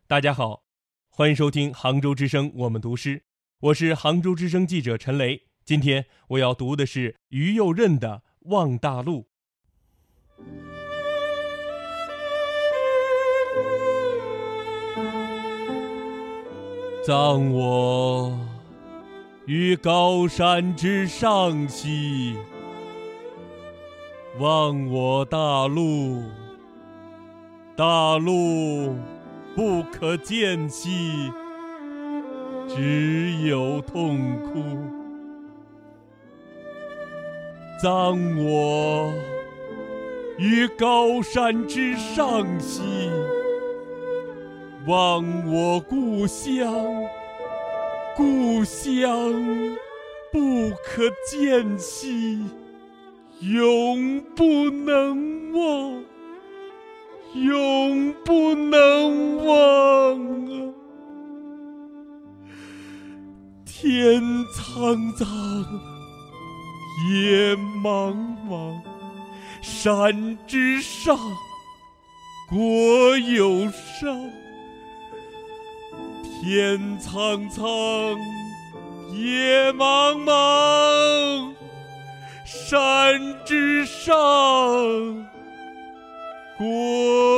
大家好，欢迎收听杭州之声我们读诗，我是杭州之声记者陈雷。今天我要读的是于右任的《望大陆》。葬我于高山之上兮，望我大陆，大陆不可见兮，只有痛哭。葬我于高山之上兮，望我故乡，故乡不可见兮，永不能忘，永不能忘啊！天苍苍，野茫茫，山之上，国有伤。天苍苍，野茫茫，山之上，国